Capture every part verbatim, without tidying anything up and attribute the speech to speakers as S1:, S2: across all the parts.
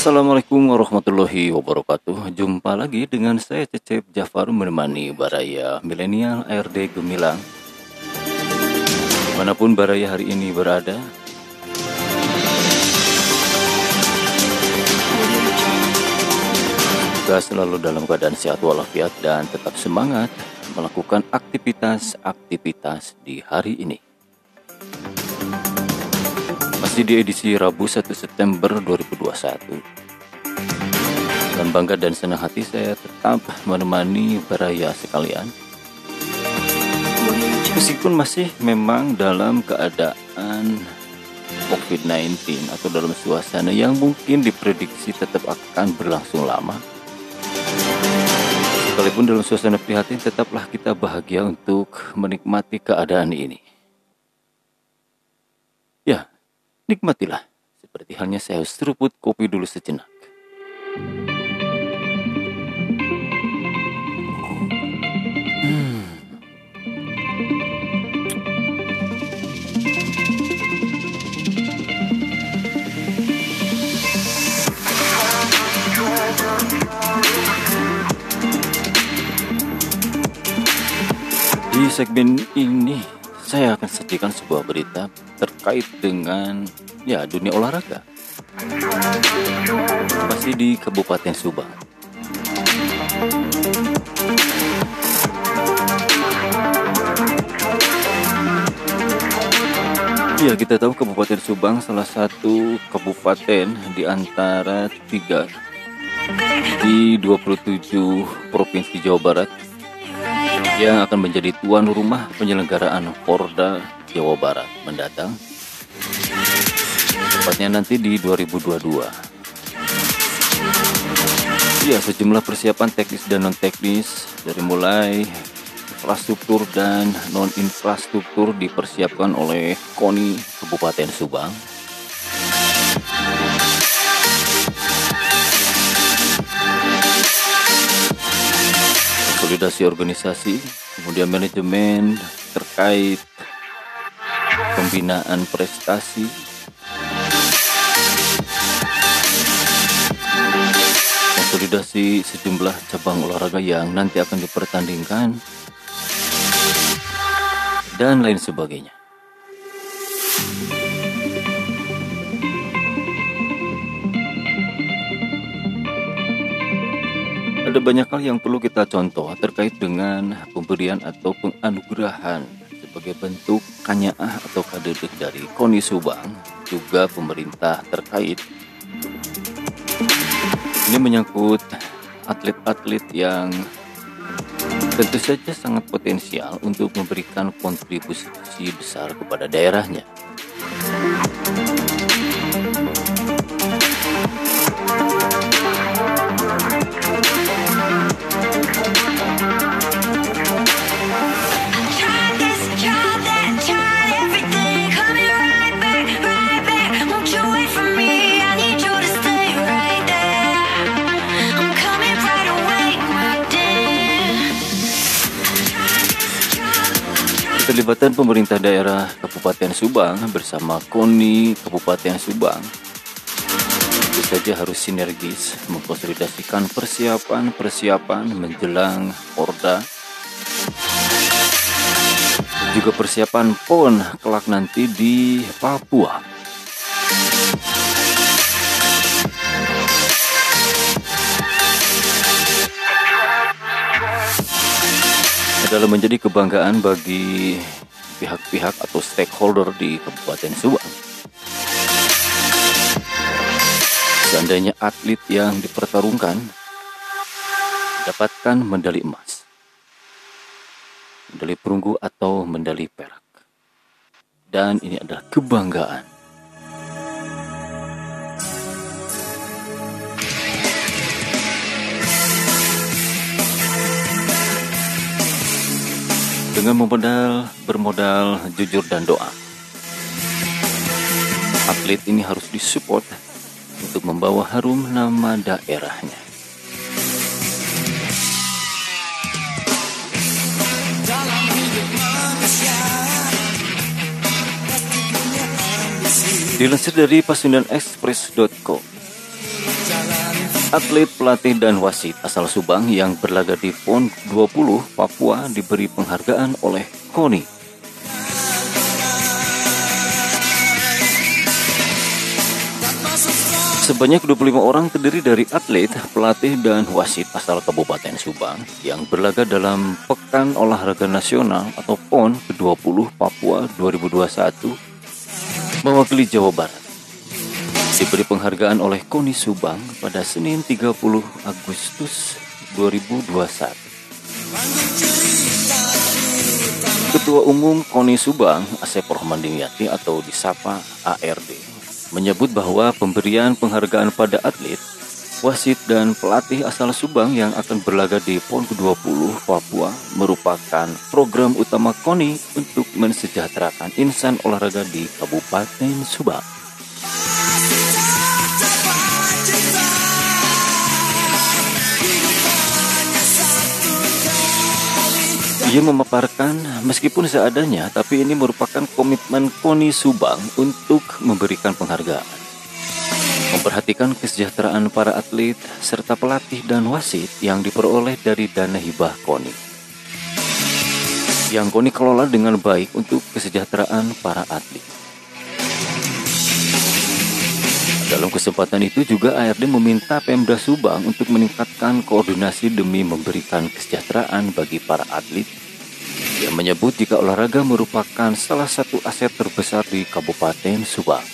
S1: Assalamualaikum warahmatullahi wabarakatuh. Jumpa lagi dengan saya Cecep Jafar menemani Baraya Milenial A R D Gemilang. Dimanapun Baraya hari ini berada, semoga selalu dalam keadaan sehat walafiat dan tetap semangat melakukan aktivitas-aktivitas di hari ini. Masih di edisi Rabu satu September dua ribu dua puluh satu. Dengan bangga dan senang hati saya tetap menemani Baraya sekalian. Meskipun masih memang dalam keadaan covid sembilan belas atau dalam suasana yang mungkin diprediksi tetap akan berlangsung lama. Sekalipun dalam suasana prihatin, tetaplah kita bahagia untuk menikmati keadaan ini. Ya, nikmatilah, seperti halnya saya seruput kopi dulu sejenak. Hmm. Di segmen ini saya akan sajikan sebuah berita terkait dengan ya dunia olahraga. Masih di Kabupaten Subang. Ya, kita tahu Kabupaten Subang salah satu kabupaten di antara tiga di dua puluh tujuh provinsi Jawa Barat yang akan menjadi tuan rumah penyelenggaraan Porda Jawa Barat mendatang, tepatnya nanti di dua ribu dua puluh dua. Ya, sejumlah persiapan teknis dan non-teknis dari mulai infrastruktur dan non-infrastruktur dipersiapkan oleh KONI Kabupaten Subang. Konsolidasi organisasi, kemudian manajemen terkait pembinaan prestasi, konsolidasi sejumlah cabang olahraga yang nanti akan dipertandingkan, dan lain sebagainya. Ada banyak hal yang perlu kita contoh terkait dengan pemberian atau penganugerahan sebagai bentuk kanyaah atau kado dari KONI Subang, juga pemerintah terkait. Ini menyangkut atlet-atlet yang tentu saja sangat potensial untuk memberikan kontribusi besar kepada daerahnya. Keterlibatan pemerintah daerah Kabupaten Subang bersama KONI Kabupaten Subang tentu saja harus sinergis mengkonsolidasikan persiapan-persiapan menjelang Porda, juga persiapan P O N kelak nanti di Papua. Adalah menjadi kebanggaan bagi pihak-pihak atau stakeholder di Kabupaten Subang. Seandainya atlet yang dipertarungkan dapatkan medali emas, medali perunggu atau medali perak, dan ini adalah kebanggaan. Dengan memodal, bermodal jujur dan doa, atlet ini harus disupport untuk membawa harum nama daerahnya. Dilansir dari pasundan express dot com, Atlet, pelatih, dan wasit asal Subang yang berlaga di P O N dua puluh Papua diberi penghargaan oleh KONI. Sebanyak dua puluh lima orang terdiri dari atlet, pelatih, dan wasit asal Kabupaten Subang yang berlaga dalam Pekan Olahraga Nasional atau P O N ke dua puluh Papua dua ribu dua puluh satu mewakili Jawa Barat. Diberi penghargaan oleh KONI Subang pada Senin tiga puluh Agustus dua ribu dua puluh satu. Ketua Umum KONI Subang, Asep Rohman Dimyati atau disapa A R D, menyebut bahwa pemberian penghargaan pada atlet, wasit, dan pelatih asal Subang yang akan berlaga di P O N ke dua puluh Papua merupakan program utama KONI untuk mensejahterakan insan olahraga di Kabupaten Subang. Ia memaparkan, meskipun seadanya, tapi ini merupakan komitmen KONI Subang untuk memberikan penghargaan, memperhatikan kesejahteraan para atlet, serta pelatih dan wasit yang diperoleh dari dana hibah KONI, yang KONI kelola dengan baik untuk kesejahteraan para atlet. Dalam kesempatan itu juga A R D meminta Pemda Subang untuk meningkatkan koordinasi demi memberikan kesejahteraan bagi para atlet. Ia menyebut jika olahraga merupakan salah satu aset terbesar di Kabupaten Subang.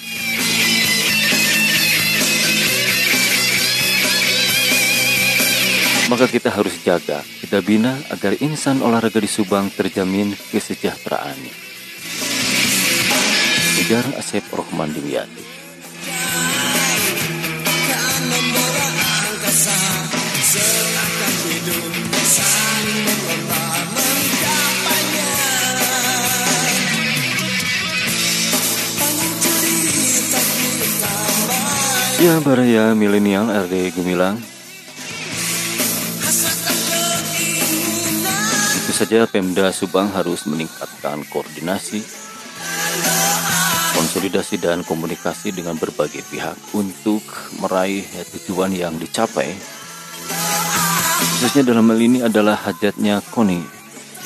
S1: Maka kita harus jaga, kita bina agar insan olahraga di Subang terjamin kesejahteraannya. Ujar Asep Rohman Dimyati. Ya, Baraya Milenial R D Gemilang. Tentu saja Pemda Subang harus meningkatkan koordinasi, konsolidasi, dan komunikasi dengan berbagai pihak untuk meraih tujuan yang dicapai. Khususnya dalam hal ini adalah hajatnya KONI.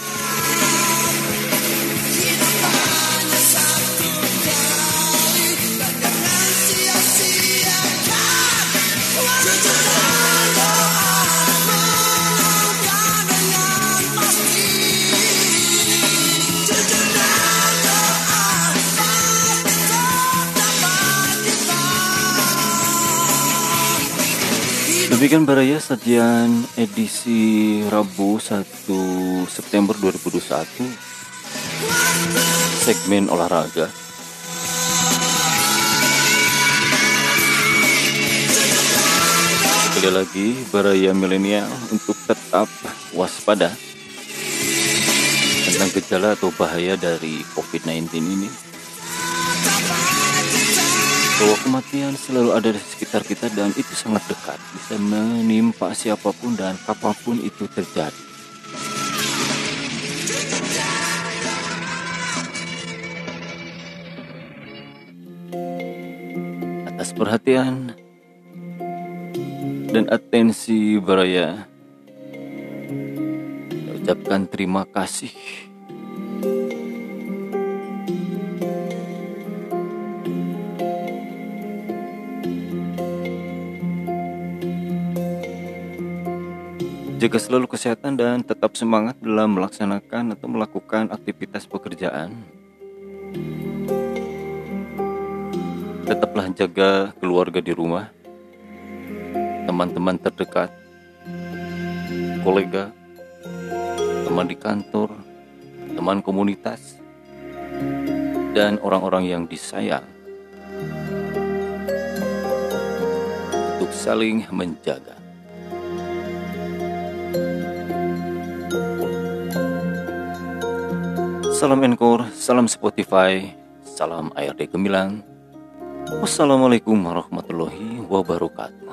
S1: Demikian Baraya sajian edisi Rabu satu September dua ribu dua puluh satu segmen olahraga. Sekali lagi Baraya Milenial untuk tetap waspada tentang gejala atau bahaya dari covid sembilan belas ini, bahwa kematian selalu ada di sekitar kita dan itu sangat dekat, bisa menimpa siapapun dan kapanpun itu terjadi. Atas perhatian dan atensi Baraya, saya ucapkan terima kasih. Jaga selalu kesehatan dan tetap semangat dalam melaksanakan atau melakukan aktivitas pekerjaan. Tetaplah jaga keluarga di rumah, teman-teman terdekat, kolega, teman di kantor, teman komunitas, dan orang-orang yang disayang, untuk saling menjaga. Salam Encore, salam Spotify, salam A R D Gemilang. Wassalamualaikum warahmatullahi wabarakatuh.